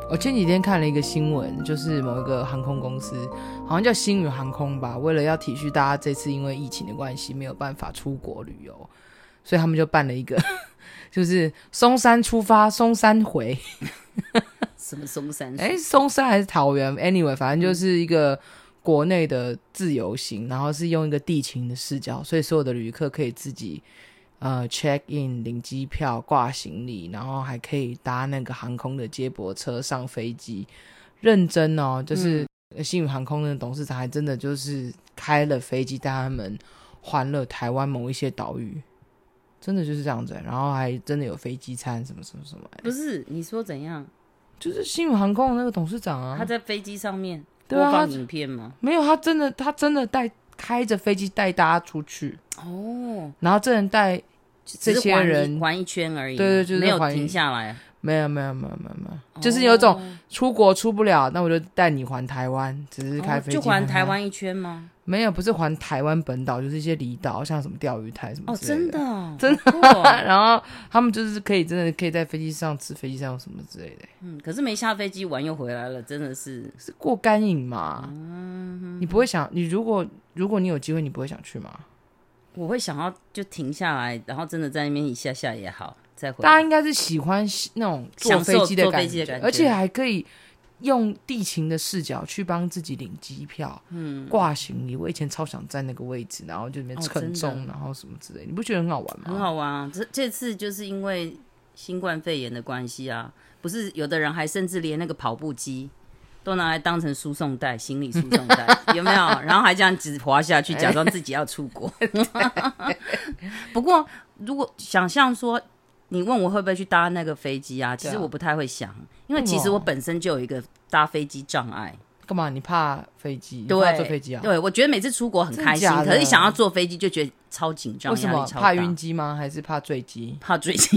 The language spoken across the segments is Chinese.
我前几天看了一个新闻，就是某一个航空公司，好像叫星宇航空吧，为了要体恤大家这次因为疫情的关系没有办法出国旅游，所以他们就办了一个就是松山出发松山回什么松山松山还是桃园 anyway 反正就是一个国内的自由行，然后是用一个地勤的视角，所以所有的旅客可以自己check in 领机票挂行李，然后还可以搭那个航空的接驳车上飞机，认真哦，就是星宇航空的董事长还真的就是开了飞机带他们环了台湾某一些岛屿，真的就是这样子，然后还真的有飞机餐什么什么什么。 不是你说怎样？ 就是星宇航空的那个董事长啊， 他在飞机上面播放影片吗？ 没有，他真的开着飞机带大家出去哦，然后这人带这些人环一圈而已， 对，就是没有停下来。 没有，就是有种出国出不了，那我就带你环台湾，只是开飞机就环台湾一圈吗？ 没有，不是环台湾本岛，就是一些离岛，像什么钓鱼台什么之类的。 哦， 真的然后他们就是真的可以在飞机上吃飞机上什么之类的。 可是没下飞机玩又回来了，真的是过干瘾嘛。你不会想，你如果你有机会，你不会想去吗？ 我会想要就停下来，然后真的在那边一下下也好，再回来。 大家应该是喜欢那种坐飞机的感觉，而且还可以用地勤的视角去帮自己领机票，挂行李。我以前超想站那个位置，然后就里面称重，然后什么之类，你不觉得很好玩吗？ 很好玩啊！这次就是因为新冠肺炎的关系啊，不是有的人还甚至连那个跑步机都拿来当成输送带，行李输送带有没有？然后还这样子滑下去，假装自己要出国。不过，如果想象说，你问我会不会去搭那个飞机啊？其实我不太会想，因为其实我本身就有一个搭飞机障碍。 干嘛？你怕飞机？ 对， 怕坐飞机啊？ 对，我觉得每次出国很开心，可是想要坐飞机就觉得超紧张， 为什么？ 压力超大。 怕晕机吗？还是怕坠机？ 怕坠机。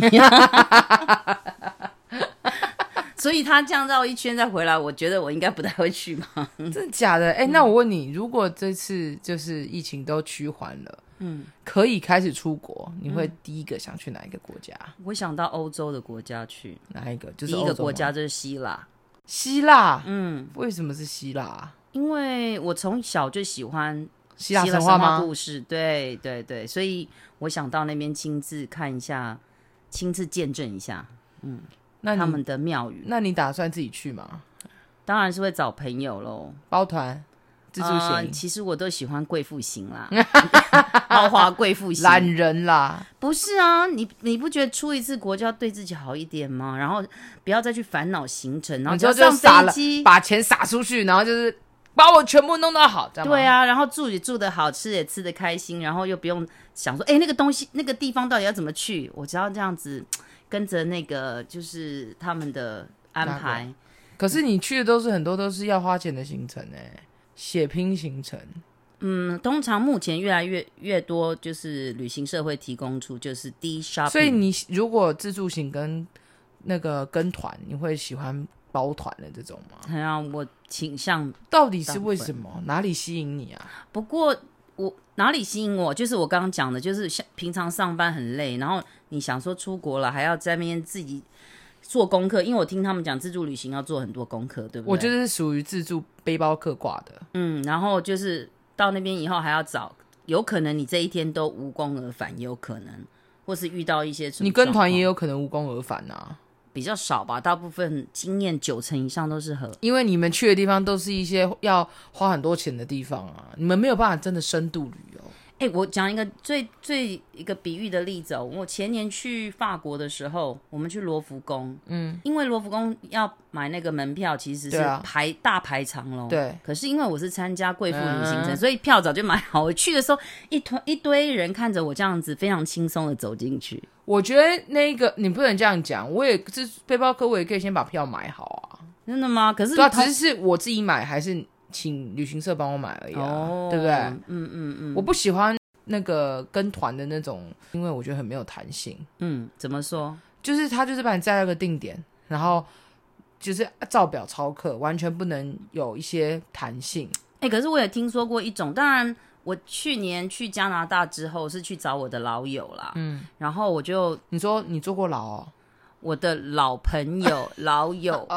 所以他这样绕一圈再回来，我觉得我应该不太会去嘛。 真的假的？那我问你，如果这次就是疫情都趋缓了，可以开始出国，你会第一个想去哪一个国家？ 我想到欧洲的国家去。 哪一个？就是第一个国家就是希腊。 希腊？为什么是希腊？ 因为我从小就喜欢希腊神话故事，对对对，所以我想到那边亲自看一下，亲自见证一下。那他们的庙宇。 那你打算自己去吗？ 当然是会找朋友咯， 包团自助行。 其实我都喜欢贵妇型啦，豪华贵妇型， 懒人啦。 不是啊，你不觉得出一次国就要对自己好一点吗？然后不要再去烦恼行程，然后只要上飞机把钱撒出去，然后就是把我全部弄到好，这样吗？ 对啊，然后住也住得好，吃也吃得开心，然后又不用想说那个东西那个地方到底要怎么去，我只要这样子跟着那个就是他们的安排。 可是你去的很多都是要花钱的行程血拼行程。 通常目前越来越多就是旅行社会提供出就是低 shopping。 所以你如果自助行跟那个跟团，你会喜欢包团的这种吗？ 我倾向。 到底是为什么？哪里吸引你啊？ 不过我哪里吸引我，就是我刚刚讲的，就是平常上班很累，然后你想说出国了还要在那边自己做功课，因为我听他们讲自助旅行要做很多功课，对不对？ 我觉得是属于自助背包客挂的。 然后就是到那边以后还要找，有可能你这一天都无功而返，也有可能，或是遇到一些什么， 你跟团也有可能无功而返啊。 比较少吧，大部分经验90%以上都是因为你们去的地方都是一些要花很多钱的地方啊，你们没有办法真的深度旅游。 我讲一个最一个比喻的例子我前年去法国的时候，我们去罗浮宫，因为罗浮宫要买那个门票，其实是大排长龙， 对。 可是因为我是参加贵妇旅行程，所以票早就买好。我去的时候，一堆人看着我这样子，非常轻松的走进去。 我觉得那个你不能这样讲，我也是背包客，我也可以先把票买好啊。 真的吗？可是对啊，只是我自己买还是请旅行社帮我买而已对不对？我不喜欢那个跟团的那种，因为我觉得很没有弹性。 怎么说？ 就是他就是把你载到一个定点，然后就是照表操课，完全不能有一些弹性。 可是我也听说过一种，当然我去年去加拿大之后是去找我的老友啦，然后我就你说你坐过牢哦？ 我的老朋友老友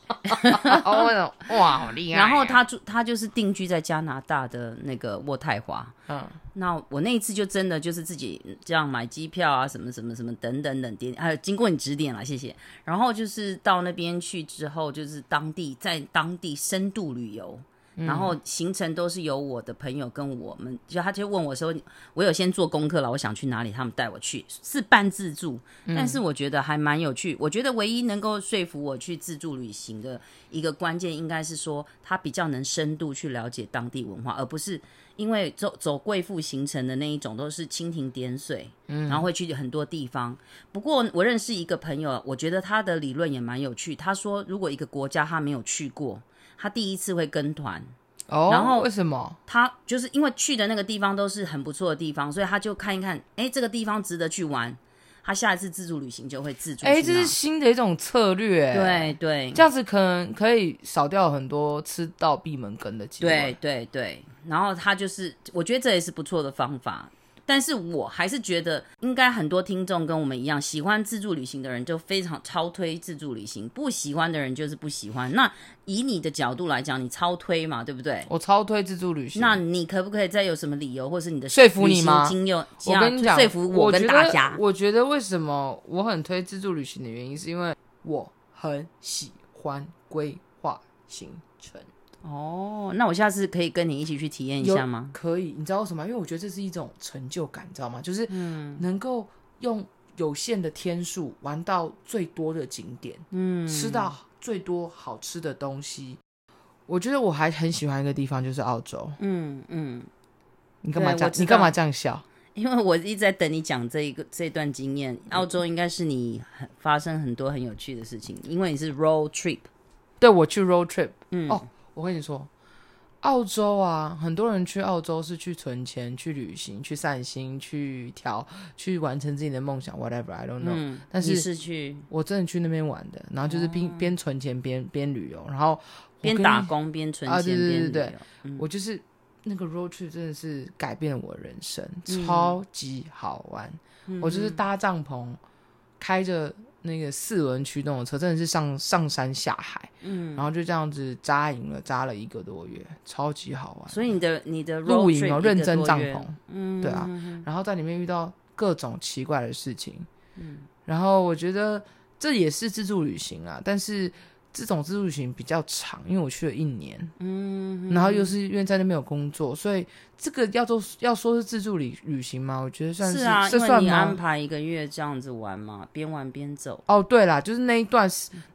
哇，好厉害、 然后他就是定居在加拿大的那个渥太华。那我那一次就真的就是自己这样买机票啊，什么什么什么等等等点，还有经过你指点啦，谢谢。然后就是到那边去之后，就是在当地深度旅游。然后行程都是由我的朋友跟我们，他就问我说，我有先做功课了，我想去哪里，他们带我去，是半自助，但是我觉得还蛮有趣。我觉得唯一能够说服我去自助旅行的一个关键，应该是说他比较能深度去了解当地文化，而不是因为走贵妇行程的那一种都是蜻蜓点水，然后会去很多地方。不过我认识一个朋友，我觉得他的理论也蛮有趣。他说，如果一个国家他没有去过，他第一次会跟团。然后为什么？ 他就是因为去的那个地方都是很不错的地方，所以他就看一看，这个地方值得去玩，他下一次自助旅行就会自助。 这是新的一种策略。 对对， 这样子可能可以少掉很多吃到闭门羹的机会。 对对对，然后他就是，我觉得这也是不错的方法。但是我还是觉得，应该很多听众跟我们一样，喜欢自助旅行的人就非常超推自助旅行，不喜欢的人就是不喜欢。那以你的角度来讲，你超推嘛，对不对？ 我超推自助旅行。 那你可不可以再有什么理由，或是你的说服你吗？ 我跟你讲， 说服我跟大家。 我觉得为什么我很推自助旅行的原因，是因为我很喜欢规划行程。 那我下次可以跟你一起去体验一下吗？ 可以，你知道为什么？因为我觉得这是一种成就感，你知道吗？就是能够用有限的天数玩到最多的景点，吃到最多好吃的东西。我觉得我还很喜欢一个地方，就是澳洲。你干嘛这样？你干嘛这样笑？ 因为我一直在等你讲这段经验。澳洲应该是你发生很多很有趣的事情，因为你是 road trip。 对，我去 road trip。我跟你说，澳洲啊，很多人去澳洲是去存钱、去旅行、去散心、去完成自己的梦想 ，whatever I don't know。但是你是去， 我真的去那边玩的，然后就是边存钱边旅游，然后边打工边存钱边旅游。对， 我就是那个 road trip 真的是改变了我的人生，超级好玩。我就是搭帐篷，开着那个4轮驱动的车，真的是上山下海，然后就这样子扎营了1个多月，超级好玩。 所以你的露营哦，认真帐篷，对啊，然后在里面遇到各种奇怪的事情，然后我觉得这也是自助旅行啊，但是这种自助旅行比较长，因为我去了1年，然后又是因为在那边有工作，所以这个要说是自助旅行吗？我觉得算是啊， 这算吗？ 因为你安排1个月这样子玩嘛，边玩边走。 对啦，就是那一段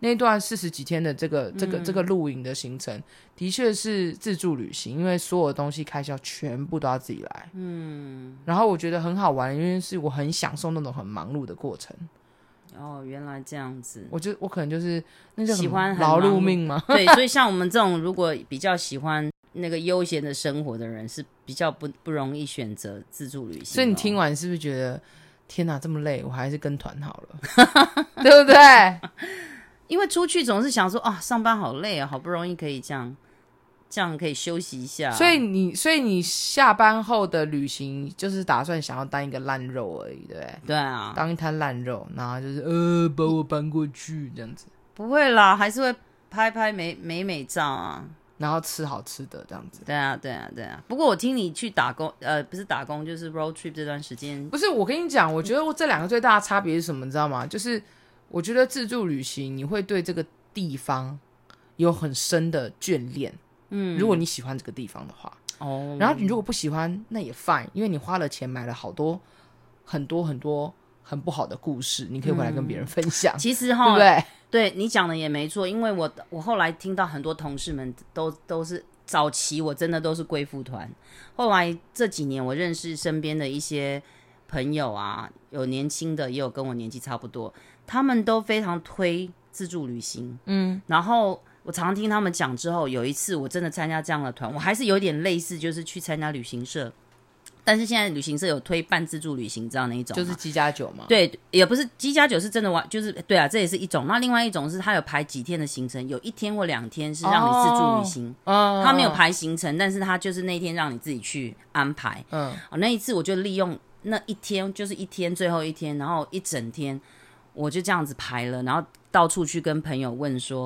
40几天的这个露营的行程，的确是自助旅行，因为所有的东西开销全部都要自己来。然后我觉得很好玩，因为是我很享受那种很忙碌的过程。 原来这样子。 我可能就是那叫喜欢劳碌命吗？ 对，所以像我们这种如果比较喜欢那个悠闲的生活的人，是比较不容易选择自助旅行。 所以你听完是不是觉得天哪，这么累，我还是跟团好了，对不对？ 因为出去总是想说上班好累啊，好不容易可以这样可以休息一下。 所以你下班后的旅行就是打算想要当一个烂肉而已，对不对？ 对啊， 当一滩烂肉，然后就是把我搬过去这样子。 不会啦，还是会拍美照啊， 然后吃好吃的这样子。 对啊。不过我听你去打工，不是打工就是 road trip 这段时间， 不是我跟你讲，我觉得这2个最大的差别是什么，你知道吗？就是我觉得自助旅行你会对这个地方有很深的眷恋。如果你喜欢这个地方的话，然后你如果不喜欢，那也 fine， 因为你花了钱买了很多很不好的故事，你可以回来跟别人分享。 其实对不对？ 对，你讲的也没错，因为我后来听到很多同事们都是早期我真的都是贵妇团，后来这几年我认识身边的一些朋友啊，有年轻的也有跟我年纪差不多，他们都非常推自助旅行。然后我常听他们讲之后，有一次我真的参加这样的团，我还是有点类似，就是去参加旅行社，但是现在旅行社有推半自助旅行这样的一种， 就是7+9嘛。 对，也不是7+9是真的玩，就是对啊，这也是一种。那另外一种是他有排几天的行程，有1天或2天是让你自助旅行，他没有排行程，但是他就是那天让你自己去安排。那一次我就利用那1天，就是1天最后1天，然后1整天我就这样子排了，然后到处去跟朋友问说，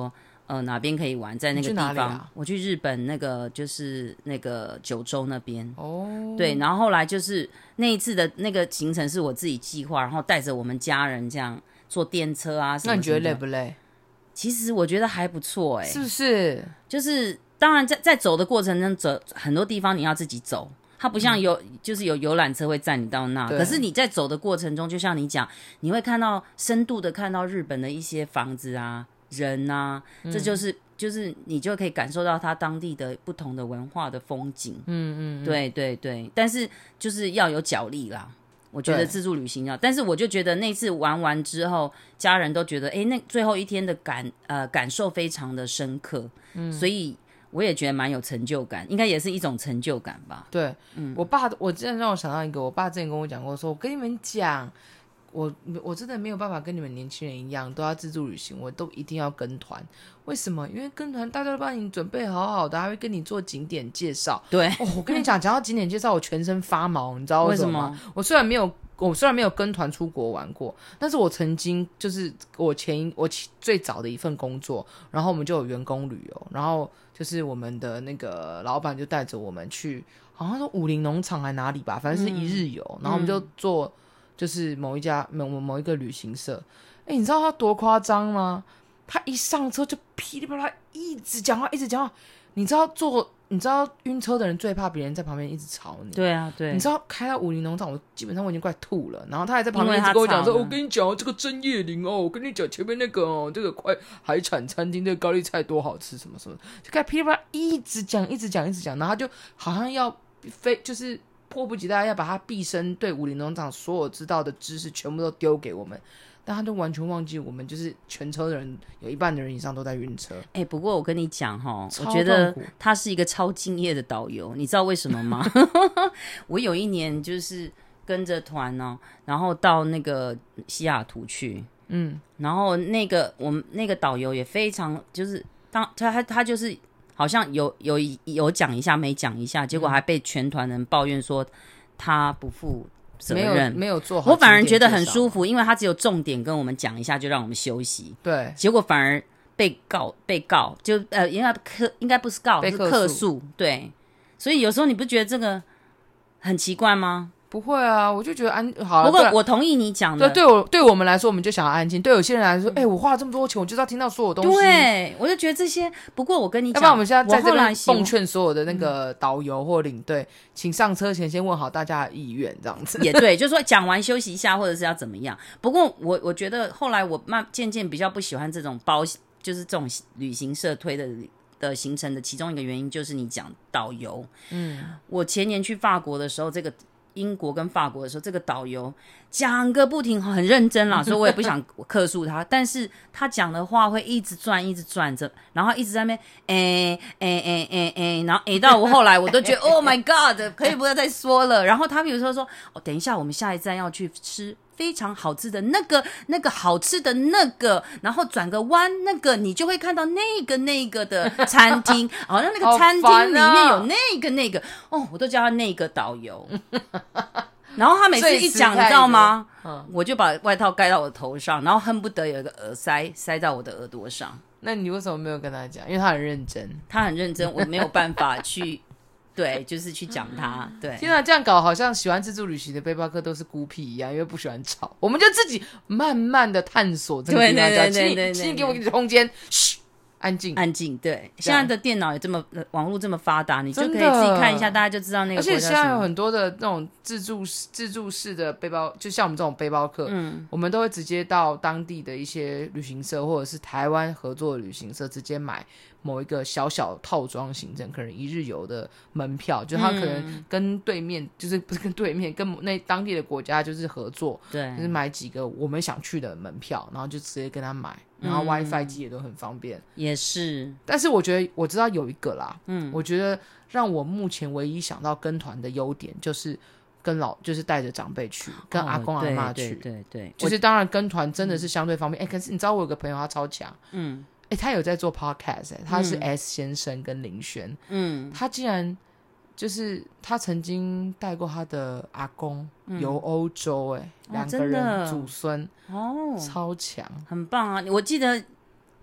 哪边可以玩，在那个地方。 你去哪里啊？ 我去日本那个就是那个九州那边。 哦， 对，然后后来就是那一次的那个行程是我自己计划，然后带着我们家人这样坐电车啊什么什么的。 那你觉得累不累？ 其实我觉得还不错是不是？ 就是当然在走的过程中，走很多地方你要自己走。它不像就是有游览车会载你到那，可是你在走的过程中，就像你讲，你会深度的看到日本的一些房子啊、人啊，这就是你就可以感受到它当地的不同的文化的风景。对对对，但是就是要有脚力啦。我觉得自助旅行要，但是我就觉得那次玩完之后，家人都觉得，那最后一天的感受非常的深刻，所以。我也觉得蛮有成就感，应该也是一种成就感吧。 对，我真的让我想到一个，我爸之前跟我讲过说，我跟你们讲，我真的没有办法跟你们年轻人一样，都要自助旅行，我都一定要跟团。为什么？因为跟团大家都帮你准备好好的，还会跟你做景点介绍。 对， 我跟你讲到景点介绍，我全身发毛，你知道为什么吗？我虽然没有跟团出国玩过，但是我曾经就是我最早的一份工作，然后我们就有员工旅游，然后就是我们的那个老板就带着我们去，好像说武林农场还哪里吧，反正是一日游，然后我们就坐就是某一个旅行社，你知道他多夸张吗？他一上车就噼里啪啦一直讲话，你知道晕车的人最怕别人在旁边一直吵你。 对啊，对。 你知道开到武林农场，我基本上已经快吐了，然后他还在旁边一直跟我讲说：“我跟你讲这个针叶林哦，我跟你讲前面那个这个海产餐厅这个高丽菜多好吃什么什么，就开始噼里啪啦一直讲，然后他就好像要就是迫不及待要把他毕生对武林农场所有知道的知识全部都丢给我们。”但他都完全忘记我们就是全车的人有一半的人以上都在晕车。 不过我跟你讲我觉得他是一个超敬业的导游，你知道为什么吗？我有一年就是跟着团然后到那个西雅图去，然后我们那个导游也非常就是他就是好像有讲一下没讲一下，结果还被全团人抱怨说他不负责任， 没有做好。 我反而觉得很舒服，因为他只有重点跟我们讲一下，就让我们休息。 对， 结果反而被告就应该不是告，是客诉。对，所以有时候你不觉得这个很奇怪吗？ 不会啊，我就觉得好了。 不过我同意你讲的， 对我们来说，我们就想要安静；对有些人来说，我花了这么多钱，我就是要听到所有东西。 对，我就觉得这些。不过我跟你讲， 要不然我们现在在这边奉劝所有的那个导游或领队，请上车前先问好大家的意愿，这样子。 也对，就是说讲完休息一下，或者是要怎么样。不过我觉得后来我渐渐比较不喜欢这种就是这种旅行社推的行程的其中一个原因就是你讲导游。我前年去法国的时候，英国跟法国的时候，这个导游讲个不停，很认真啦，所以我也不想客诉他，但是他讲的话会一直转着，然后一直在那边然后到我后来我都觉得Oh my God， 可以不要再说了。然后他比如说等一下我们下一站要去吃非常好吃的那个好吃的那个，然后转个弯，那个你就会看到那个的餐厅，好像那个餐厅里面有那个我都叫他那个导游。然后他每次一讲，你知道吗？我就把外套盖到我的头上，然后恨不得有一个耳塞在我的耳朵上。 那你为什么没有跟他讲？因为他很认真， 我没有办法去。对，就是去讲他。对， 天啊，这样搞好像喜欢自助旅行的背包客都是孤僻一样，因为不喜欢吵。我们就自己慢慢的探索这个地方，请你给我一点空间，嘘，安静。对，现在的电脑也网络这么发达，你就可以自己看一下，大家就知道那个国家。而且现在有很多的那种自助式的背包，就像我们这种背包客，我们都会直接到当地的一些旅行社或者是台湾合作的旅行社直接买某一个小小套装行程，可能一日游的门票，就他可能跟对面，就是不是跟对面，跟那当地的国家就是合作，对，就是买几个我们想去的门票，然后就直接跟他买，然后 WiFi 机也都很方便， 也是。 但是我觉得我知道有一个啦，我觉得让我目前唯一想到跟团的优点就是就是带着长辈去，跟阿公阿嬷去， 对， 就是当然跟团真的是相对方便。可是你知道我有个朋友他超强，他有在做 podcast，他是 S 先生跟林轩，他竟然就是他曾经带过他的阿公游欧洲，两个人祖孙超强， 很棒啊！我记得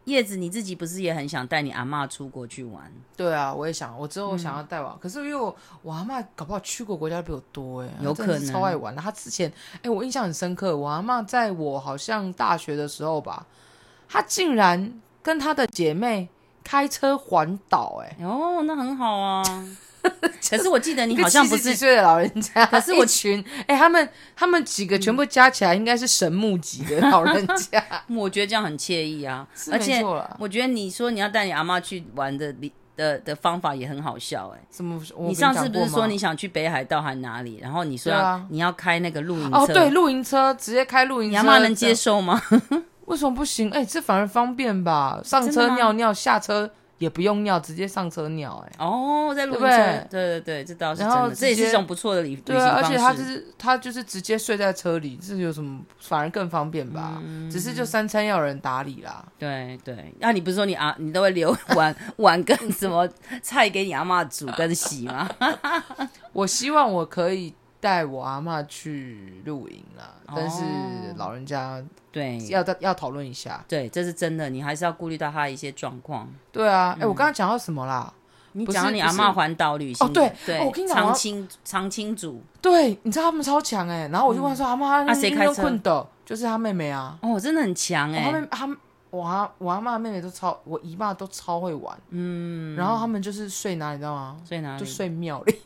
叶子你自己不是也很想带你阿嬷出国去玩？ 对啊，我也想，我之后想要带可是因为我阿嬷搞不好去过国家比我多有可能超爱玩的。她之前我印象很深刻，我阿嬷在我好像大学的时候吧，她竟然跟她的姐妹开车环岛哦，那很好啊。可是我记得你好像不是 70几岁的老人家， 可是我一群他们几个全部加起来应该是神木级的老人家。 我觉得这样很惬意啊， 是而且没错啦我觉得你说你要带你阿嬷去玩的方法也很好笑什么？ 你上次不是说你想去北海道还哪里？然后你说你要开那个露营车？ 哦，对，露营车直接开露营车， 你阿嬷能接受吗？ 为什么不行？这反而方便吧？上车尿尿，下车也不用尿，直接上车尿。 哦，在露营车，对，这倒是真的，这也是一种不错的旅行方式。 对，而且他就是直接睡在车里，这有什么？反而更方便吧？只是就3餐要有人打理啦。 对，你不是说你都会留碗跟什么菜给你阿嬷煮跟洗吗？ 我希望我可以带我阿嬷去露营啦，但是老人家对要讨论一下。 对，这是真的，你还是要顾虑到他的一些状况。 对啊，我刚刚讲到什么啦？ 你讲到你阿嬷环岛旅行对， 我跟你讲， 长青组， 对，你知道他们超强然后我就问他说：“阿嬷， 谁开车？” 困的，就是他妹妹啊。 哦，真的很强我阿嬷妹妹都我姨妈都超会玩。然后他们就是睡哪里，你知道吗？ 睡哪里？ 就睡庙里。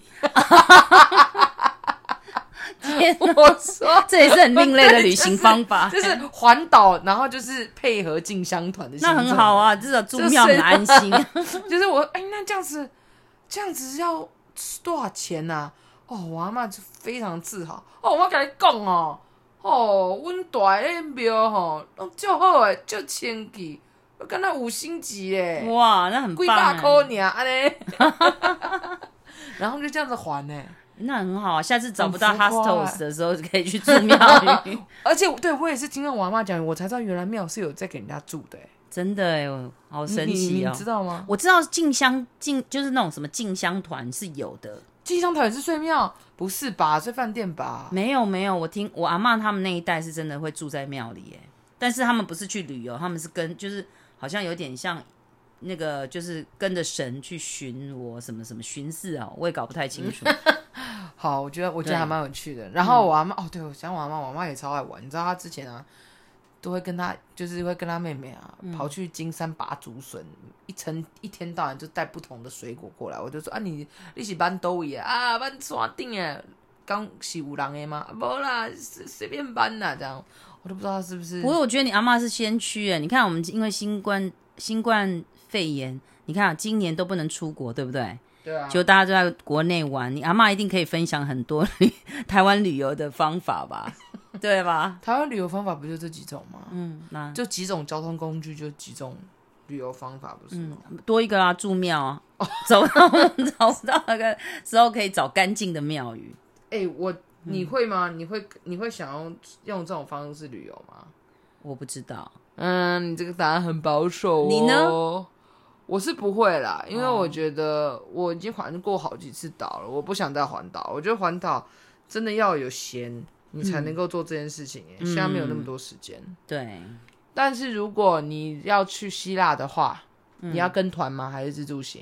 我说这也是很另类的旅行方法， 就是环岛，然后就是配合进香团的行程， 那很好啊，至少住庙很安心。 就是那这样子要多少钱啊？我阿嬷就非常自豪。我跟你讲阮大个庙拢足好诶，足清气，敢若5星级嘞。 哇，那很棒， 几百块尔安尼。然后就这样子还那很好啊，下次找不到 hostels 的时候可以去住庙里。 而且对我也是听到我阿嬷讲，我才知道原来庙是有在给人家住的真的好神奇你知道吗？ 我知道就是那种什么进香团是有的。 进香团也是睡庙？不是吧？睡饭店吧？ 没有，我阿嬷他们那一代是真的会住在庙里但是他们不是去旅游，他们是就是好像有点像那个就是跟着神去巡逻什么什么巡视我也搞不太清楚。 好，我觉得还蛮有趣的。然后我阿嬷对，我想我阿嬷也超爱玩。你知道她之前都会跟她妹妹跑去金山拔竹笋，一天到晚就带不同的水果过来。我就说你是搬哪里啊？搬山顶的，刚是有人的吗？没啦，随便搬啦，这样我都不知道她是不是。 不过我觉得你阿嬷是先驱你看我们因为新冠肺炎，你看今年都不能出国，对不对？ 对啊， 就大家都在国内玩，你阿嬷一定可以分享很多台湾旅游的方法吧？对吧？ 台湾旅游方法不就这几种吗？ 那就几种交通工具，就几种旅游方法，不是吗？ 多一个住庙找不到那个时候可以找干净的庙宇。 你会吗？你会想要用这种方式旅游吗？ 我不知道。 你这个答案很保守你呢？ 我是不会啦，因为我觉得我已经环过好几次岛了，我不想再环岛。我觉得环岛真的要有闲，你才能够做这件事情现在没有那么多时间。 对。 但是如果你要去希腊的话，你要跟团吗？还是自助行？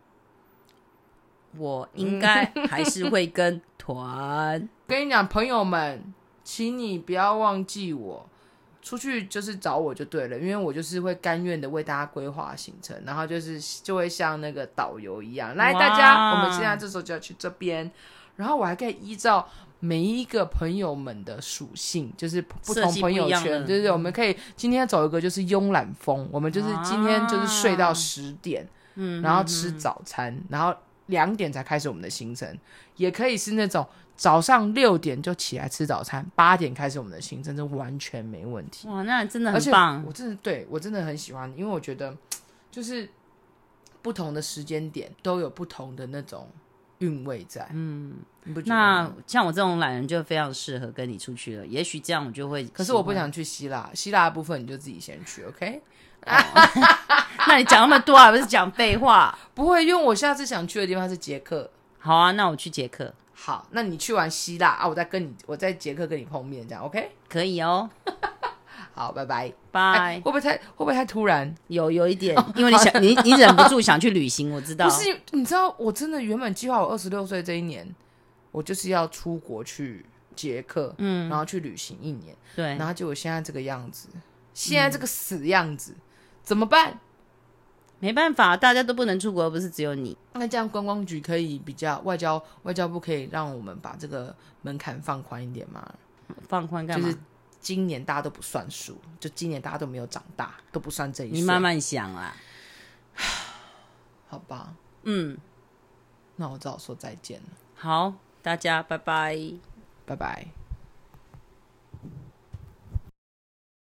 我应该还是会跟团。 跟你讲，朋友们，请你不要忘记我。出去就是找我就对了，因为我就是会甘愿的为大家规划行程，然后就会像那个导游一样，来大家，我们现在这时候就要去这边，然后我还可以依照每一个朋友们的属性，就是不同朋友圈，对对，我们可以今天走一个就是慵懒风，我们就是今天就是睡到10点，然后吃早餐，然后2点才开始我们的行程，也可以是那种早上6点就起来吃早餐，8点开始我们的行程，这完全没问题。 哇，那真的很棒！ 我真的很喜欢，因为我觉得就是不同的时间点都有不同的那种韵味在。你不觉得吗？ 那像我这种懒人就非常适合跟你出去了，也许这样我就会。 可是我不想去希腊的部分你就自己先去 ，OK？ 那你讲那么多还不是讲废话？ 不会，因为我下次想去的地方是捷克。 好啊，那我去捷克。 好，那你去完希腊我在捷克跟你碰面，这样 OK？ 可以哦。 好，拜拜， 拜。 会不会太突然？ 有一点，因为你忍不住想去旅行，我知道。 不是，你知道我真的原本计划我26岁这一年，我就是要出国去捷克，然后去旅行1年， 对， 然后结果现在这个样子，现在这个死样子，怎么办？ 没办法，大家都不能出国，不是只有你。 那这样观光局可以比较外交部可以让我们把这个门槛放宽一点吗？ 放宽干嘛？ 就是今年大家都不算数，就今年大家都没有长大，都不算这一岁。 你慢慢想啦。 好吧， 嗯， 那我只好说再见了。 好，大家拜拜， 拜拜。